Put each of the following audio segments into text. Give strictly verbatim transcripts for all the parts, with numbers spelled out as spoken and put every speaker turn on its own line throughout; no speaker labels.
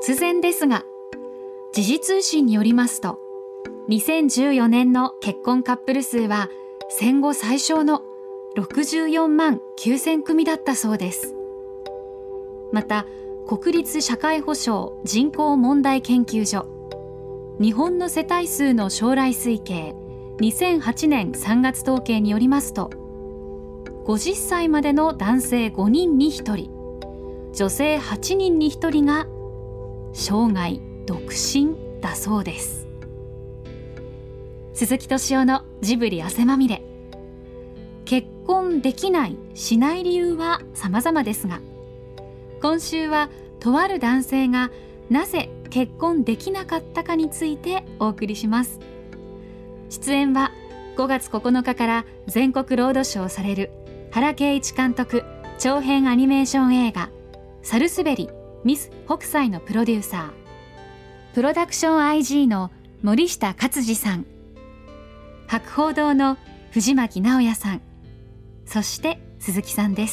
突然ですが、時事通信によりますと、にせんじゅうよねんの結婚カップル数は戦後最小のろくじゅうよんまんきゅうせんくみだったそうです。また、国立社会保障人口問題研究所、日本の世帯数の将来推計にせんはちねんさんがつ統計によりますと、ごじゅっさいまでの男性ごにんにひとり、女性はちにんにひとりが生涯独身だそうです。鈴木敏夫のジブリ汗まみれ。結婚できないしない理由は様々ですが、今週はとある男性がなぜ結婚できなかったかについてお送りします。出演はごがつここのかから全国ロードショーされる原敬一監督長編アニメーション映画サルスベリミス北斎のプロデューサー、プロダクション アイジー の森下勝二さん、博報堂の藤巻直也さん、そして鈴木さんです。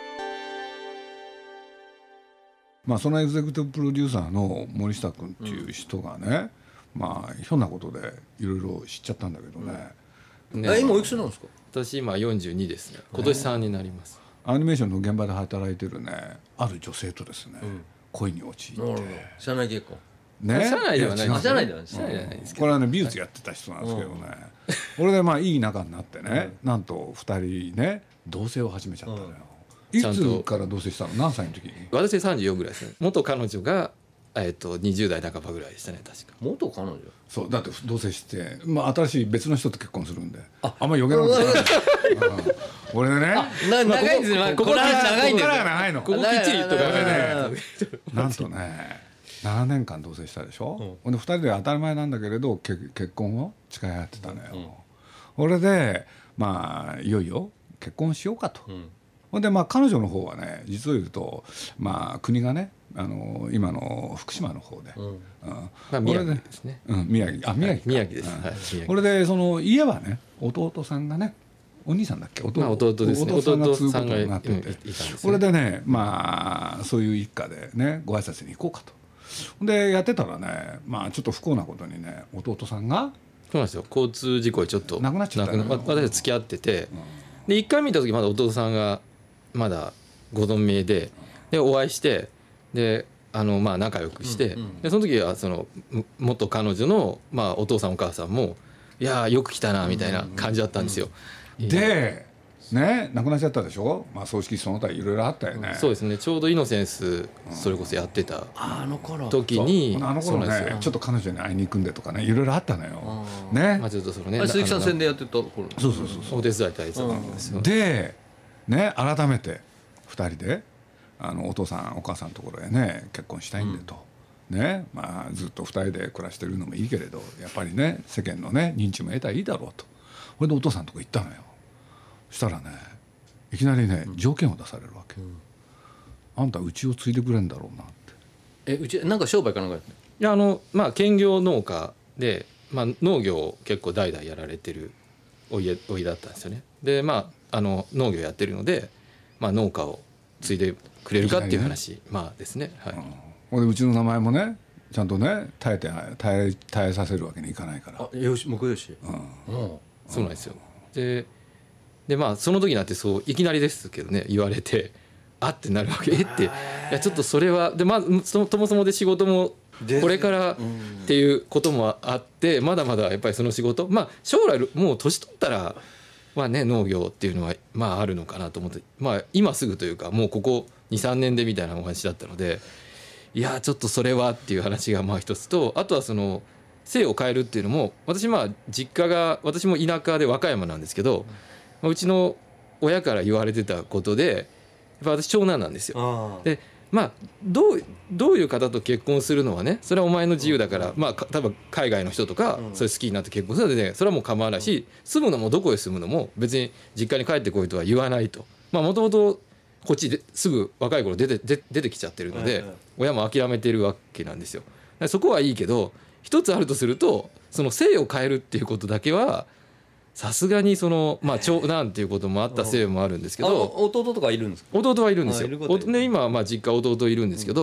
まあ、そのエグゼクティブプロデューサーの森下君っていう人がね、うん、まあひょんなことでいろいろ知っちゃったんだけどね、
うんね、今おいくつなんですか？
私今よんじゅうにですね。今年さんになります、
ね、アニメーションの現場で働いてるねある女性とですね、うん、恋に陥って、
社内結婚
ね、
社内ではないです、ね、
社内ではない
ですけど、
これはね美術やってた人なんですけどね、これでまあいい仲になってね、うん、なんとふたりね同棲を始めちゃったのよ、うんいつから同棲したの？何歳の時に？
私さんじゅうよんぐらいですね。元彼女が、えー、とにじゅうだいなかばぐらいでしたね確か。
元彼女？
そうだって同棲して、まあ、新しい別の人と結婚するんで あ, あんまり余計なことない俺でね
な長いんですね。ここから長いんですよ。
長いの
ここきっちり言っとかね
なんとねななねんかん同棲したでしょ、うん、でふたりで当たり前なんだけれど結婚を誓い合ってたのよ、うんうん、俺でまあいよいよ結婚しようかと、うんほんでまあ彼女の方はね実を言うと、まあ、国がねあの今の福島の方で、うんうん
まあ、宮城ですね、
うん、宮城あ宮城
宮城です、
うん
はい、
これでその家はね弟さんがねお兄さんだっけ 弟,、
まあ、弟ですね。
弟さんが継ぐことになってて、
うんね、
これでねまあそういう一家でねご挨拶に行こうかとでやってたらねまあちょっと不幸なことにね弟さんが
そうなんですよ交通事故でちょっと
亡くなっちゃったのよ。
私は付き合ってて、うん、でいっかい見た時まだ弟さんがまだご存命で、でお会いしてであのまあ仲良くして、うんうん、でその時はその元彼女のまあお父さんお母さんもいやよく来たなみたいな感じだったんですよ、
うんうん、でね亡くなっちゃったでしょ、まあ、葬式その他いろいろあったよね、
うん、そうですね。ちょうどイノセンスそれこそやってた時に、
うん、あの頃ねちょっと彼女に会いに行くんでとかねいろいろあったのよ、ね
まあ、ちょっとそのね
鈴木さん宣伝やってた頃
そうそうそうそう
お手伝い大切なんですよ、
うん、でね改めてふたりであのお父さんお母さんのところへね結婚したいんでと、うんねまあ、ずっとふたりで暮らしてるのもいいけれどやっぱりね世間のね認知も得たらいいだろうと。それでお父さんのとこ行ったのよ。そしたらねいきなりね条件を出されるわけ、うん、あんたうちを継いでくれんだろうなって。
えうちなんか商売かなんかやって？
いやあのまあ兼業農家で、まあ、農業を結構代々やられてるお家お家だったんですよね。でまああの農業やってるので、まあ、農家を継いでくれるかっていう話、ね、まあですね、はい
うん、でうちの名前もねちゃんとね耐えて耐え、耐えさせるわけにいかないから。
あよしもうよし、
うんうん、そうなんですよ。ででまあその時になってそういきなりですけどね言われてあってなるわけえっていやちょっとそれはで、まあ、そともそもで仕事もこれからっていうこともあってまだまだやっぱりその仕事まあ将来もう年取ったらまあね農業っていうのはまああるのかなと思ってまあ今すぐというかもうここ にさんねんでみたいなお話だったのでいやちょっとそれはっていう話がまあ一つとあとはその姓を変えるっていうのも私まあ実家が私も田舎で和歌山なんですけどうちの親から言われてたことでやっぱ私長男なんですよ。でまあどうどういう方と結婚するのはねそれはお前の自由だから、うん、まあ多分海外の人とか、うん、それ好きになって結婚するので、ね、それはもう構わないし、うん、住むのもどこへ住むのも別に実家に帰ってこいとは言わないとまあもともとこっちですぐ若い頃出て出出てきちゃってるので、うん、親も諦めてるわけなんですよ。そこはいいけど一つあるとするとその姓を変えるっていうことだけはさすがにそのまあ長男っていうこともあったせいもあるんですけど
弟とかいるんですか？
弟はいるんですよ。で今はまあ実家弟いるんですけど、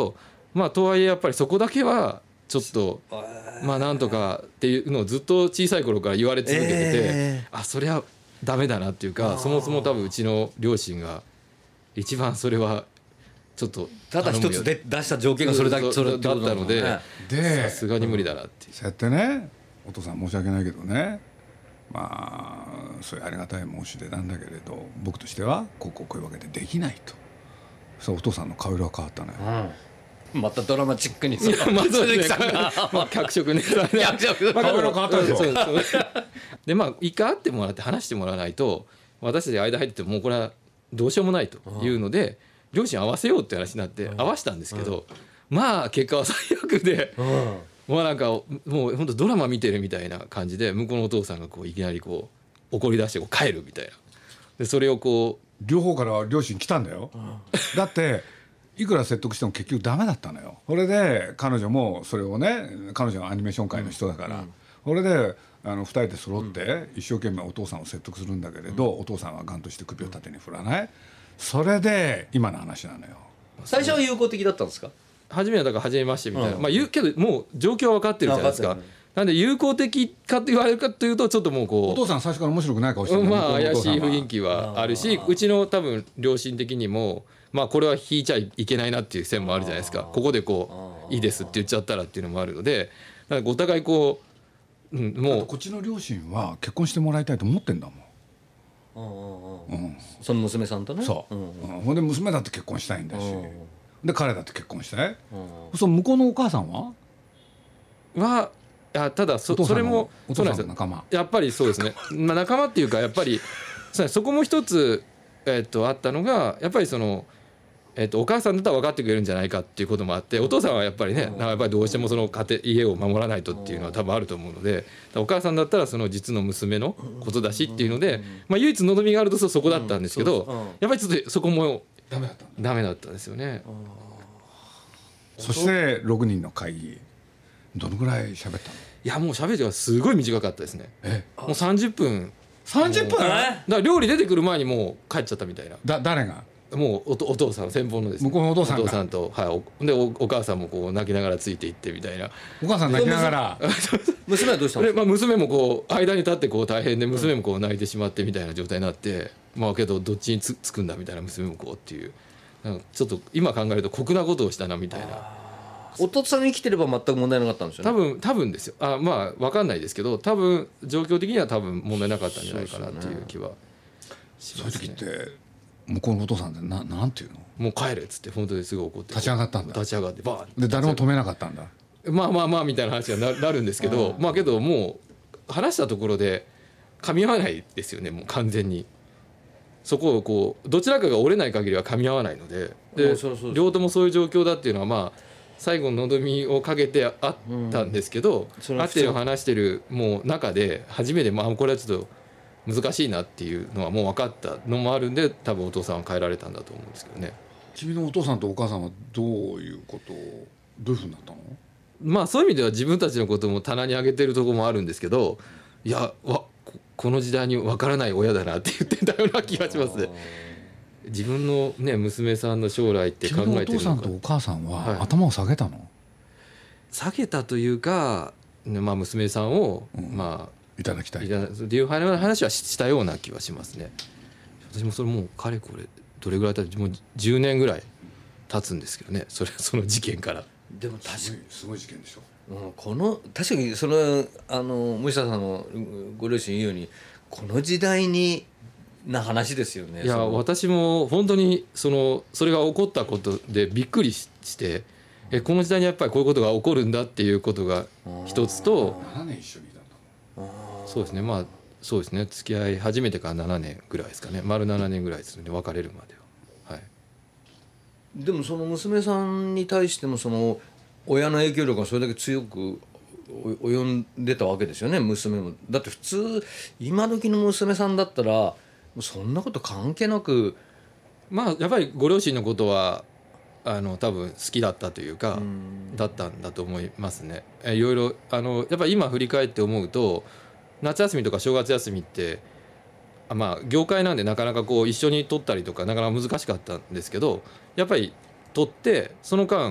まあとはいえやっぱりそこだけはちょっとまあなんとかっていうのをずっと小さい頃から言われ続けてて、
え
あそりゃダメだなっていうか、そもそも多分うちの両親が一番それはちょっと
ただ一つで出した条件がそれだけそれ
だったので、
で
さすがに無理だなっていう。
そうやってねお父さん申し訳ないけどね、まあそういうありがたい申し出なんだけれど僕としてはこうこうこういうわけでできないと。そうお父さんの顔色が変わったのよ。
またドラマチックに
いやまあそうですねまあ脚色ね
脚色
顔色変わったでしょ。
そうそうでまあ一回会ってもらって話してもらわないと私たち間入っててももうこれはどうしようもないというので両親合わせようって話になって合わせたんですけど、まあ結果は最悪で、まあなんかもう本当ドラマ見てるみたいな感じで向こうのお父さんがこういきなりこう怒り出してこう帰るみたいな。でそれをこう
両方から両親来たんだよ。だっていくら説得しても結局ダメだったのよ。それで彼女もそれをね、彼女はアニメーション界の人だから、それであのふたりで揃って一生懸命お父さんを説得するんだけれど、お父さんはガンとして首を縦に振らない。それで今の話なのよ。
最初は友好的だったんですか？
初めはだから初めましてみたいな、
うん
まあ言うけどもう状況は分かってるじゃないですか。
分かってる
なんで友好的かと言われるかというとちょっともうこう
お父さん最初から面白くない顔してるの。
まあ怪しい雰囲
気。
気はあるし、うちの多分両親的にもまあこれは引いちゃいけないなっていう線もあるじゃないですか。ここでこういいですって言っちゃったらっていうのもあるので、だからお互いこう、うん、もう
こっちの両親は結婚してもらいたいと思ってんだもん。
うんうんうん
うん、
その娘さんとね。
そう、
ん
うんほんで娘だって結婚したいんだし、
うん
で彼だって結婚したい、
うん
そう向こうのお母さんは
はあただそ
お父さんの
それも
お父
そうなんですよ。
さんの仲間。
やっぱりそうですね、まあ、仲間っていうかやっぱりそうそこも一つ、えっとあったのがやっぱりその、えっとお母さんだったら分かってくれるんじゃないかっていうこともあって、お父さんはやっぱりねなんかやっぱりどうしてもその家庭家を守らないとっていうのは多分あると思うので、お母さんだったらその実の娘のことだしっていうので、まあ、唯一望みがあるとするとそこだったんですけど、
うんうん
やっぱりちょっとそこも
ダメだったんだ。
ダメだったんですよね。
そしてろくにんの会議どのぐらい喋ったの？
いやもう喋りがすごい短かったですね。
え
もうさんじゅっぷん
さんじゅっぷん？
だから料理出てくる前にもう帰っちゃったみたいな。
だ誰が？
もうおとお父さん先方のです、ね、
向こうのお父さんが
お父さんと、はい、おで お, お母さんもこう泣きながらついていってみたいな。
お母さん泣きながら
娘はどうしたんで、すか？
でまあ、娘もこう間に立ってこう大変で娘もこう泣いてしまってみたいな状態になって、まあけどどっちにつつくんだみたいな娘もこうっていう、なんかちょっと今考えると酷なことをしたなみたいな。
お父さんに生きてれば全く問題なかったんですよね。
多分多分ですよ。あまあ分かんないですけど多分状況的には多分問題なかったんじゃないかなっていう気はし
そういう
ますね。
時って向こうのお父さんってななんていうの？
もう帰れっつって本当にすぐ怒って
立ち上がったんだ。
立ち上がってバーン
で誰も止めなかったんだ。
まあまあまあみたいな話にななるんですけど、まあけどもう話したところで噛み合わないですよね、もう完全に。そこをこうどちらかが折れない限りは噛み合わないので、で
うんそりゃそうです
両方ともそういう状況だっていうのはまあ最後の望みをかけてあったんですけど、
それは
会ってる話してるもう中で初めてまあこれはちょっと難しいなっていうのはもう分かったのもあるんで、多分お父さんは変えられたんだと思うんですけどね。
君のお父さんとお母さんはどういうことをどういうふうになったの？
まあそういう意味では自分たちのことも棚に上げてるところもあるんですけど、いやわここの時代に分からない親だなって言ってたような気がしますね。自分のね娘さんの将来って考
君の
えてるのか
お父さんとお母さん
はい
は頭を下げたの？
下げたというか、ねまあ、娘さんを、
うん
ま
いただきた
あ
い。
いやっていう話はししたような気はしますね。私もそれもうかれこれどれぐらい経ってもうじゅうねんぐらい経つんですけどね、それその事件から。
でも確か
すごいすごい事件でしょ。
うん、この確かにそのあの森下さんのご両親言うようにこの時代にな話ですよね。
いや
その
私も本当にそのそれが起こったことでびっくりししてえこの時代にやっぱりこういうことが起こるんだっていうことが一つと、
ななねん一緒にいたんだ
そうですねまあそうですね付き合い始めてからななねんぐらいですかね、丸ななねんぐらいですね別れるまでは。はい、
でもその娘さんに対してもその親の影響力がそれだけ強く及んでたわけですよね、娘も。だって普通今時の娘さんだったらもうそんなこと関係なく
まあやっぱりご両親のことはあの多分好きだったというかだったんだと思いますね。えいろいろあのやっぱり今振り返って思うと夏休みとか正月休みってあまあ業界なんでなかなかこう一緒に取ったりとかなかなか難しかったんですけど、やっぱり取ってその間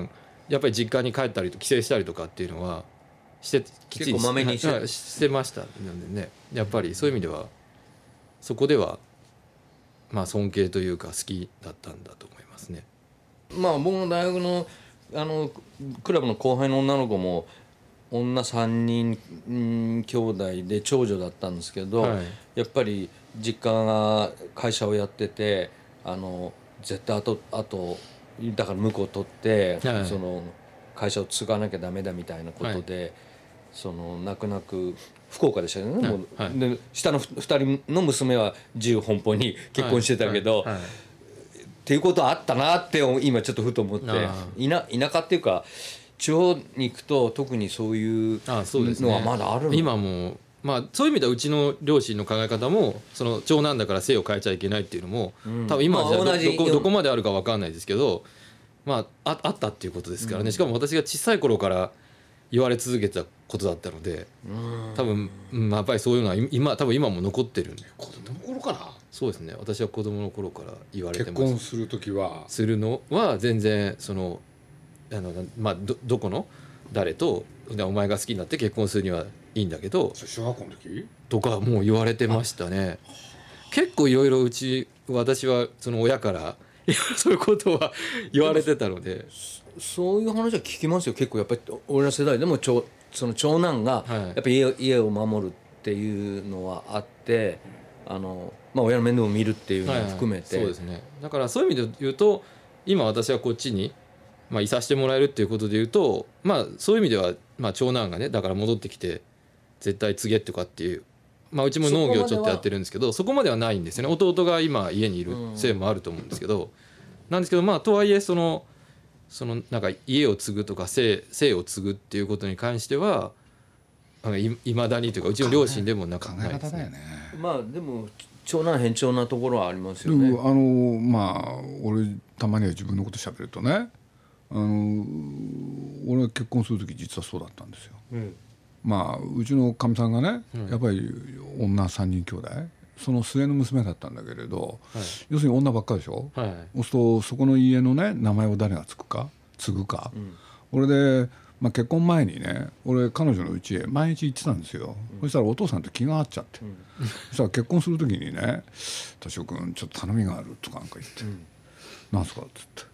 やっぱり実家に帰ったりと帰省したりとかっていうのはしてきっちり
結構まめにして
はいしてましたのでね、やっぱりそういう意味ではそこではまあ尊敬というか好きだったんだと思いますね。
まあ僕の大学のあのクラブの後輩の女の子も女さんにん兄弟で長女だったんですけど、
はい
やっぱり実家が会社をやっててあの絶対あとあとだから婿を取って、
はい
その会社を継がなきゃダメだみたいなことで、その泣く泣く福岡でしたよね、もう
はい
で下のふたりの娘は自由奔放に結婚してたけど、
はいはいはい
っていうことはあったなって今ちょっとふと思って
あ
田田舎っていうか地方に行くと特にそういう
あそうですね
のはまだあるの
今もまあそういう意味ではうちの両親の考え方もその長男だから姓を変えちゃいけないっていうのも、
うん
多分今はじゃあど
まあ同じ
どこどこまであるか分かんないですけど、まあ、ああったっていうことですからね、しかも私が小さい頃から言われ続けてたことだったので、多分、うん、やっぱりそういうのは今多分今も残ってるんで。
子供の頃かな。
そうですね、私は子供の頃から言われて
結
ます
婚する時は
するのは全然そのあの、まあ、どどこの誰とでお前が好きになって結婚するにはいいんだけど
それ小学校の時
とかもう言われてましたね。結構いろいろうち私はその親からいやそういうことは言われてたので、
そういう話は聞きますよ。結構やっぱり俺ら世代でも長その長男が
はい
やっぱり家,、家を守るっていうのはあってあの、まあ、親の面倒を見るっていうのを含めて、
はいはい、そうですね。だからそういう意味で言うと今私はこっちに、まあ、いさせてもらえるっていうことで言うと、まあ、そういう意味では、まあ、長男がねだから戻ってきて絶対継げとかっていう、まあ、うちも農業ちょっとやってるんですけどそこまではないんですよね。弟が今家にいるせいもあると思うんですけど、なんですけどまあとはいえそのそのなんか家を継ぐとか姓姓を継ぐっていうことに関してはなんかいいまだにというかうちの両親でもなんか
考
ないですね。
え方だよね。
まあでも長男偏重なところはあります
で
よね。
もあのまあ俺たまには自分のこと喋るとね、あの俺が結婚する時実はそうだったんですよ。
うん
まあうちのかみさんがね、
うん
やっぱり女さんにん兄弟その末の娘だったんだけれど、
はい
要するに女ばっかりでしょ。
はい
そうするとそこの家のね名前を誰が継ぐか継ぐか、
うん
俺で、まあ、結婚前にね俺彼女の家へ毎日行ってたんですよ、そしたらお父さんと気が合っちゃって、そしたら結婚する時にね「敏夫君ちょっと頼みがある」とかなんか言って「なんすか?」っつって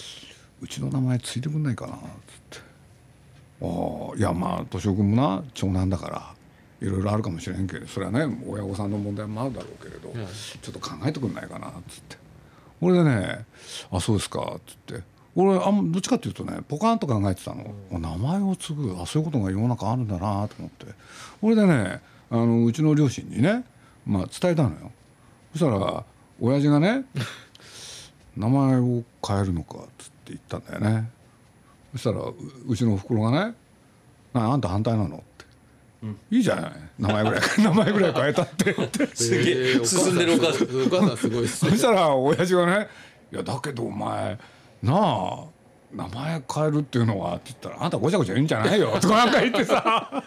「うちの名前継いでくんないかな」っつって「ああいやまあ敏夫君もな長男だからいろいろあるかもしれんけどそれはね親御さんの問題もあるだろうけれど、
はい
ちょっと考えてくんないかな」っつって俺でね「あそうですか」っつって俺あんどっちかっていうとねポカンと考えてたの、うん、名前を継ぐあそういうことが世の中あるんだなと思って俺でねあのうちの両親にね、まあ、伝えたのよ。そしたら親父がね名前を変えるのかっつって言ったんだよね。そしたら う, うちのおふくろがねなあんた反対なのって、うん、いいじゃない名前ぐらい名前ぐらい変えたって言って
すげえ進んでるお母さん
お母さんすごいですね。
そしたら親父がねいやだけどお前なあ名前変えるっていうのはって言ったらあんたごちゃごちゃ言うんじゃないよとかなんか言ってさ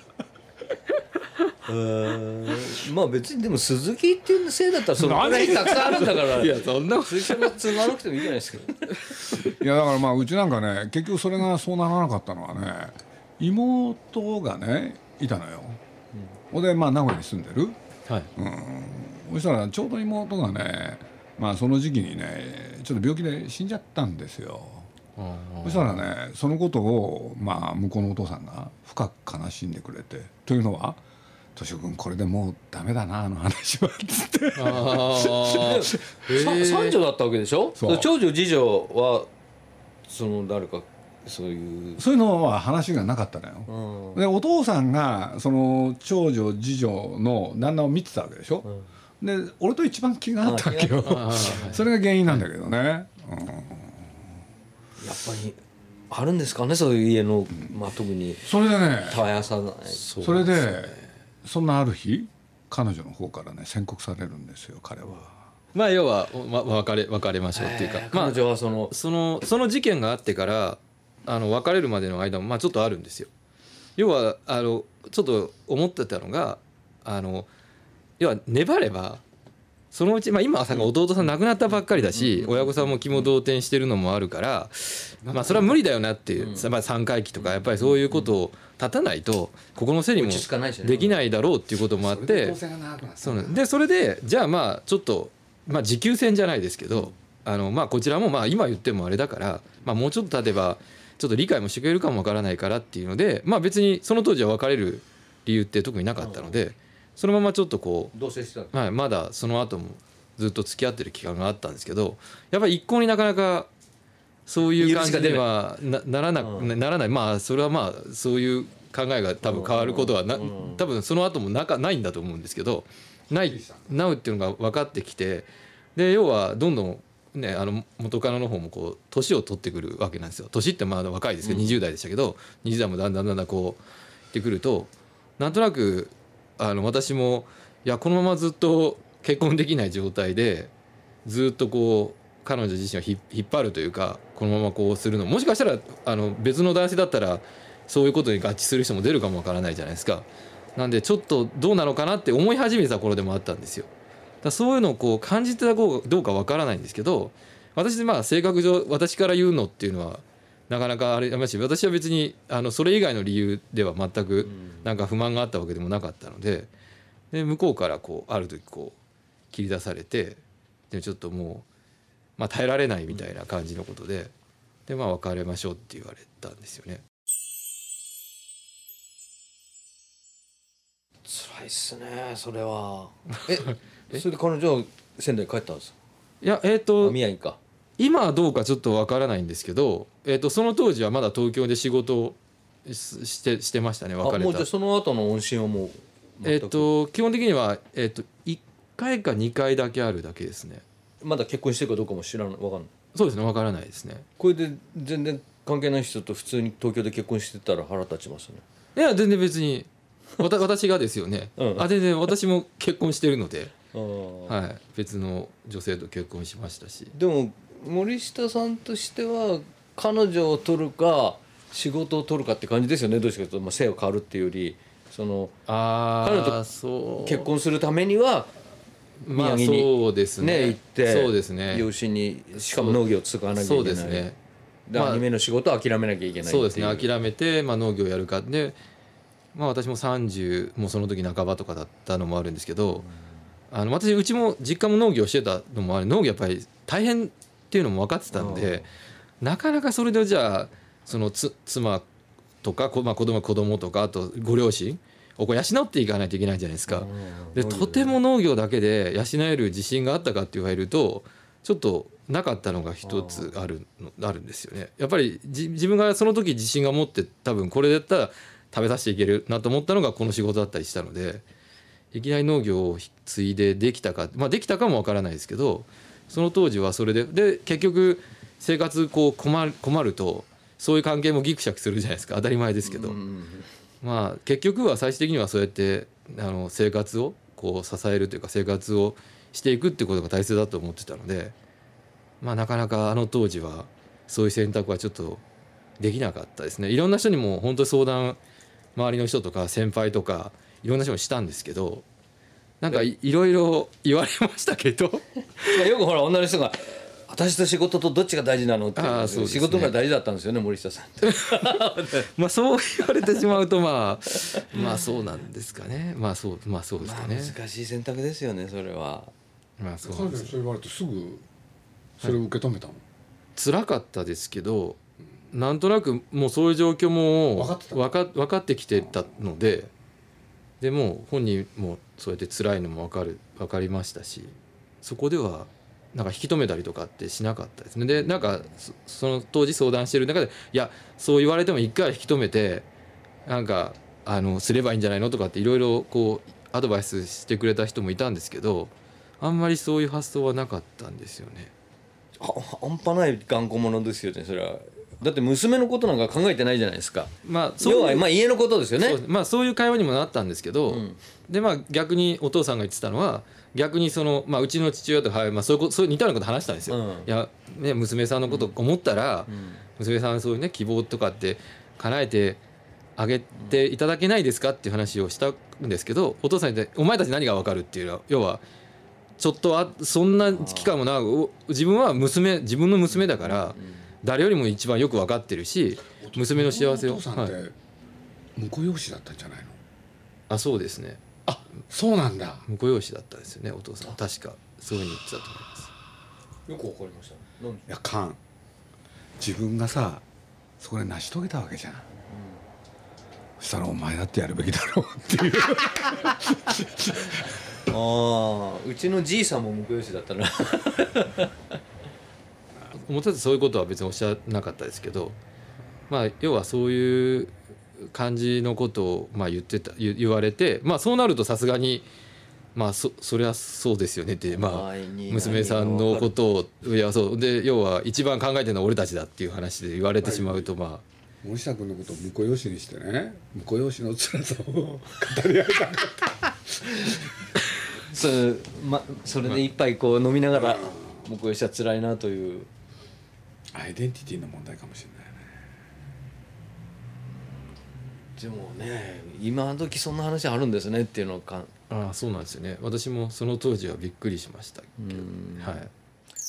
まあ別にでも鈴木っていうせいだったらそのぐらいたくさんあるんだから
いやそんな
鈴木さんが継がなくてもいいじゃないですか。
いやだからまあうちなんかね結局それがそうならなかったのはね妹がねいたのよ。ほ、うんでまあ名古屋に住んでる、
はい
うん、そしたらちょうど妹がねまあその時期にねちょっと病気で死んじゃったんですよ。そしたらねそのことをまあ向こうのお父さんが深く悲しんでくれてというのは敏夫君これでもうダメだなあの話はっつって
あ
三女だったわけでしょ。
そう
長女次女はその誰かそういう
そういうのは話がなかったのよ、うん、でお父さんがその長女次女の旦那を見てたわけでしょ、うん、で俺と一番気があったわけよそれが原因なんだけどね、うん、やっ
ぱりあるんですかねそういう家の、まあ、特に
それでね
絶やさない
そ, それでそんなある日彼女の方からね宣告されるんですよ彼は。
まあ要は、ま、別れ別れましょうっていうか、
彼女はその、
まあ、そのその事件があってからあの別れるまでの間もまあちょっとあるんですよ。要はあのちょっと思ってたのがあの要は粘ればそのうち、まあ、今はさ弟さん亡くなったばっかりだし、親御さんも気も動転してるのもあるから、まあ、それは無理だよなっていう、まあ、さんかい忌とかやっぱりそういうことを立たないとここのせいにもできないだろうっていうこともあって、そうでそれでじゃあまあちょっと、まあ、持久戦じゃないですけど、あのまあこちらもまあ今言ってもあれだから、まあ、もうちょっと経てばちょっと理解もしてくれるかもわからないからっていうので、まあ、別にその当時は別れる理由って特になかったので、そのままちょっとこう
同棲してた、
はい、まだその後もずっと付き合ってる期間があったんですけど、やっぱり一向になかなかそういう感じでは な, ならな、うん、ならない。まあそれはまあそういう考えが多分変わることはな、多分その後もなかないんだと思うんですけど、ないなうっていうのが分かってきて、で要はどんどんね、あの元カノの方もこう年を取ってくるわけなんですよ。年ってまだ若いですけど、にじゅう代でしたけどにじゅう代もだんだんだんだんこうってくると、なんとなくあの私もいやこのままずっと結婚できない状態でずっとこう彼女自身をひ引っ張るというか、このままこうするのもしかしたらあの別の男性だったらそういうことに合致する人も出るかもわからないじゃないですか。なんでちょっとどうなのかなって思い始めた頃でもあったんですよ。だそういうのをこう感じてたどうかわからないんですけど、私まあ性格上私から言うのっていうのはなかなかあれだし、私は別にあのそれ以外の理由では全くなんか不満があったわけでもなかったので、で向こうからこうある時こう切り出されて、でちょっともう、まあ、耐えられないみたいな感じのことで、でまあ別れましょうって言われたんですよね。
辛いっすねそれは。ええそれで彼女は仙台帰ったんですか。
いやえっ、ー、と
宮城か。
今はどうかちょっとわからないんですけど、えー、とその当時はまだ東京で仕事をしてしてましたね。別れた。
あもうじゃあその後の音信はもう
えっ、ー、と基本的には、えー、といっかいかにかいだけあるだけですね。
まだ結婚してるかどうかも知らない、わかんない。
そうですね、わからないですね。
これで全然関係ない人と普通に東京で結婚してたら腹立ちますね。
いや全然別にわた私がですよね、うん、あ全然私も結婚してるので、はい、別の女性と結婚しましたし。
でも森下さんとしては彼女を取るか仕事を取るかって感じですよね。どうしてかというと、まあ、性を変わるっていうよりその
あ
彼女と結婚するためには宮城に、
まあ、そうですね、
行って
そうですね、
養子にしかも農業を継がなきゃいけない。そうですね、でアニメの仕事を諦めなきゃいけないっていう。
そうですね、諦めて、まあ、農業をやるかで、まあ、私もさんじゅうもうその時半ばとかだったのもあるんですけど、あの私うちも実家も農業してたのもある。農業やっぱり大変っていうのも分かってたんで、なかなかそれでじゃあそのつ妻とか、まあ、子供子供とかあとご両親をこう養っていかないといけないじゃないですか。でとても農業だけで養える自信があったかって言われるとちょっとなかったのが一つあるのあるんですよね。やっぱりじ自分がその時自信が持って多分これだったら食べさせていけるなと思ったのがこの仕事だったりしたので、いきなり農業を継いでできたか、まあ、できたかもわからないですけど、その当時はそれでで結局生活こう困る、困るとそういう関係もギクシャクするじゃないですか。当たり前ですけど、まあ結局は最終的にはそうやってあの生活をこう支えるというか生活をしていくっていうことが大切だと思ってたので、まあなかなかあの当時はそういう選択はちょっとできなかったですね。いろんな人にも本当に相談、周りの人とか先輩とかいろんな人もしたんですけど、なんか い, いろいろ言われましたけどよ
くほら女の人が私と仕事とどっちが大事なのって、ね、仕事が大事だったんですよね森下さんって
まあそう言われてしまうとまあまあそうなんですかね。まあそうまあそうですかね、
まあ、難しい選択ですよねそれは。
まあそうです。そう言われてすぐそれを受け止めたの、はい、
辛かったですけど、なんとなくもうそういう状況も分かってた、分か、分かってきてたので、でもう本人もそうやって辛いのも分かる分かりましたし、そこではなんか引き止めたりとかってしなかったですね。でなんか そ, その当時相談してる中でいやそう言われても一回引き止めてなんかあのすればいいんじゃないのとかっていろいろこうアドバイスしてくれた人もいたんですけど、あんまりそういう発想はなかったんですよね。
半端ない頑固者ですよねそれは。だって娘のことなんか考えてないじゃないですか。
まあ、そういう
要はまあ家のことですよね。
そう、まあ、そういう会話にもなったんですけど、うん、でまあ逆にお父さんが言ってたのは逆にその、まあ、うちの父親と、はいまあ、そういうことそういう似たようなこと話したんですよ、うん、いやね、娘さんのこと思ったら、うん、娘さんそういうね希望とかって叶えてあげていただけないですかっていう話をしたんですけど、お父さんに言ってお前たち何が分かるっていうのは要はちょっとあそんな期間もなく自分は娘自分の娘だから誰よりも一番よく分かってるし娘の幸せを。
お父さんって婿養子だったんじゃないの？
あそうですね。
あそうなんだ。
婿養子だったんですよねお父さん。確かそういうふうに言ってたと思います。
よくわかりました。
いやカン自分がさそこで成し遂げたわけじゃん、うん、そしたらお前だってやるべきだろうっていう
ああうちのじいさんも婿養子だったな
表でそういうことは別におっしゃらなかったですけど、まあ要はそういう感じのことをまあ言ってた 言, 言われて、まあそうなるとさすがにまあ そ, そりゃそうですよねってまあ娘さんのことをいやそうで要は一番考えてるのは俺たちだっていう話で言われてしまうとまあ
森下君のことを婿養子にしてね婿養子の辛さを語り合いたかった
そ, ま、それで一杯こう飲みながら婿養子は辛いなという
アイデンティティの問題かもしれないね。
でもね今時そんな話あるんですねっていうのをか
ああそうなんですよね。私もその当時はびっくりしましたけど、はい、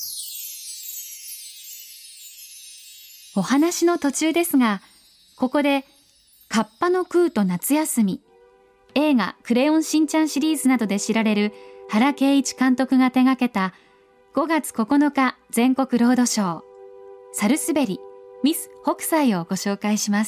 お話の途中ですがここでカッパのクーと夏休み映画クレヨンしんちゃんシリーズなどで知られる原敬一監督が手掛けたごがつここのか全国ロードショーサルスベリミス北斎をご紹介します。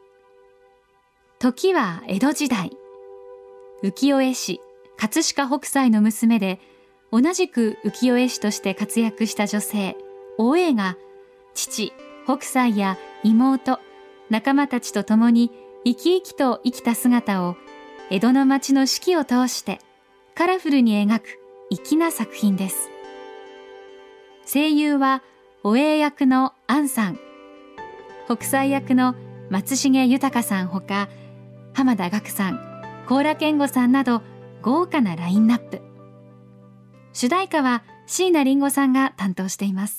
時は江戸時代浮世絵師葛飾北斎の娘で同じく浮世絵師として活躍した女性お栄が父北斎や妹仲間たちと共に生き生きと生きた姿を江戸の町の四季を通してカラフルに描く粋な作品です。声優はお栄役の杏さん、北斎役の松重豊さんほか浜田岳さん、高良健吾さんなど豪華なラインナップ。主題歌は椎名林檎さんが担当しています。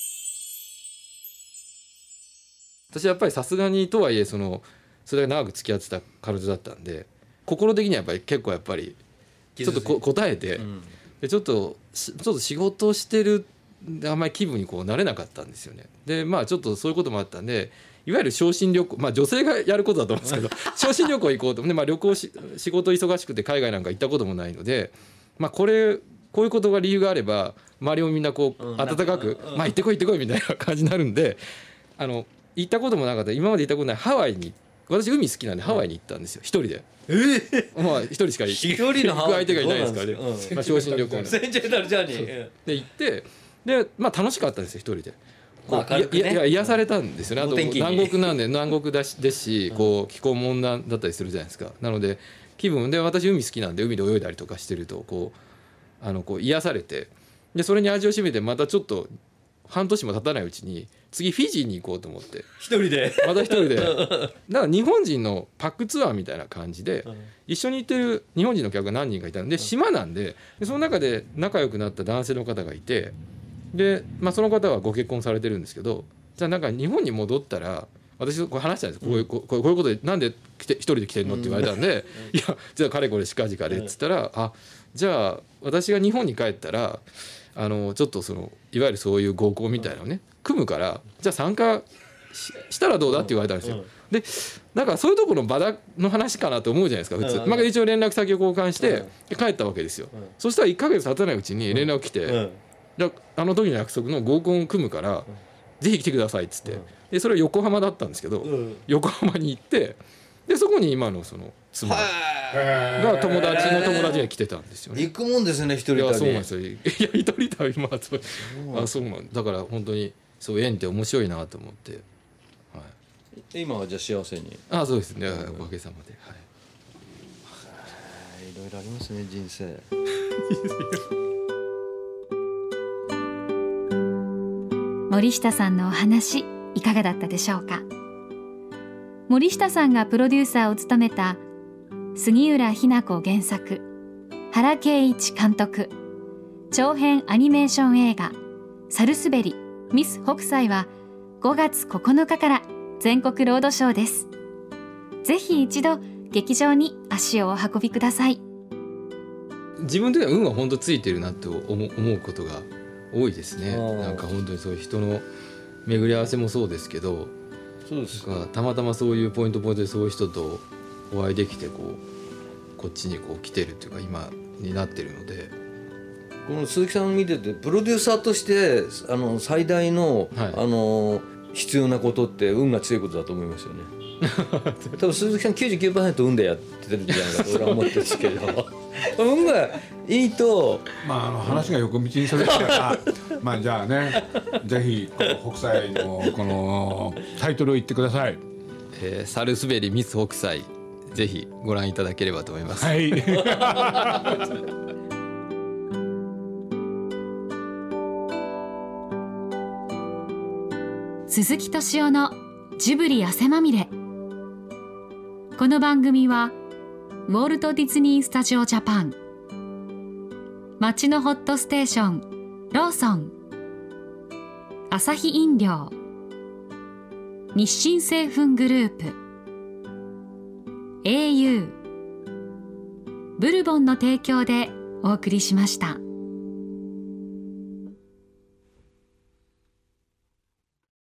私やっぱりさすがにとはいえそのそれが長く付き合ってた彼女だったんで心的にはやっぱり結構やっぱりちょっとこ答えて、うん、でちょっとちょっと仕事をしてるあんまり気分にこうなれなかったんですよね。でまあちょっとそういうこともあったんでいわゆる昇進旅行まあ女性がやることだと思うんですけど昇進旅行行こうとで、まあ、旅行し仕事忙しくて海外なんか行ったこともないので、まあ、これこういうことが理由があれば周りもみんなこう温かく、うん、まあ行ってこい行ってこいみたいな感じになるんであの行ったこともなかった今まで行ったことないハワイに私海好きなんでハワイに行ったんですよ一人で。えー、まあ一人しか行く相手がいないですからね、うんまあ、昇進旅行の
センチェンタルジャーニー
で行ってで、まあ、楽しかったんですよ一人で。まあね、いや癒されたんですよね。あと南国なんで南国だしですし、うん、こう気候も温暖だったりするじゃないですか。なので気分で私海好きなんで海で泳いだりとかしてるとこうあのこう癒されてでそれに味を占めてまたちょっと半年も経たないうちに次フィジーに行こうと思って
一人で
また一人でだから日本人のパックツアーみたいな感じで、うん、一緒に行ってる日本人の客が何人かいたんで島なんで、でその中で仲良くなった男性の方がいてで、まあ、その方はご結婚されてるんですけどじゃあなんか日本に戻ったら私とこう話したんです、うん、こういうこうこういうことでなんで来て一人で来てるのって言われたんで、うん、いやじゃあかれこれ近々でっつったら、うん、あじゃあ私が日本に帰ったらあのちょっとそのいわゆるそういう合コンみたいなのをね組むからじゃあ参加 し, したらどうだって言われたんですよ、うん、でなんかそういうところの場だの話かなと思うじゃないですか普通、うんまあ、一応連絡先を交換して帰ったわけですよ、うん、そしたらいっかげつ経たないうちに連絡来て、うんじゃあ、あの時の約束の合コンを組むから、うん、ぜひ来てくださいっつって、うん、でそれは横浜だったんですけど、うん、横浜に行ってでそこに今のその妻が友達の友達が来てたんですよね。
行くもんですね一人旅。い
やそうなんですよ。いや一人旅まあそうあそうなんだから本当にそう縁って面白いなと思って、はい、
今はじゃあ幸せに
あそうですね、うん、おかげさまで、はい、
いろいろありますね人生
森下さんのお話いかがだったでしょうか。森下さんがプロデューサーを務めた杉浦日奈子原作原敬一監督長編アニメーション映画サルスベリミス北斎はごがつここのかから全国ロードショーです。ぜひ一度劇場に足をお運びください。
自分では運は本当ついてるなと思う思うことが多いですね。なんか本当にそういう人の巡り合わせもそうですけど、
そうですか、
たまたまそういうポイントポイントでそういう人とお会いできてこうこっちにこう来てるっていうか今になってるので、
この鈴木さんを見ててプロデューサーとしてあの最大の、
はい、
あの必要なことって運が強いことだと思いますよね。多分鈴木さん きゅうじゅうきゅうパーセント 運でやってるんじゃないかと俺は思ってるんですけど運がいいと、
まあ、あの話が横道にそれたらまあじゃあね、ぜひこの北斎のこのタイトルを言ってください。
えー、サルスベリミス北斎、ぜひご覧いただければと思います。
はい。
鈴木敏夫のジブリ汗まみれ。この番組はウォルト・ディズニー・スタジオ・ジャパン、街のホットステーションローソン、アサヒ飲料、日清製粉グループ、 エーユー、ブルボンの提供でお送りしました。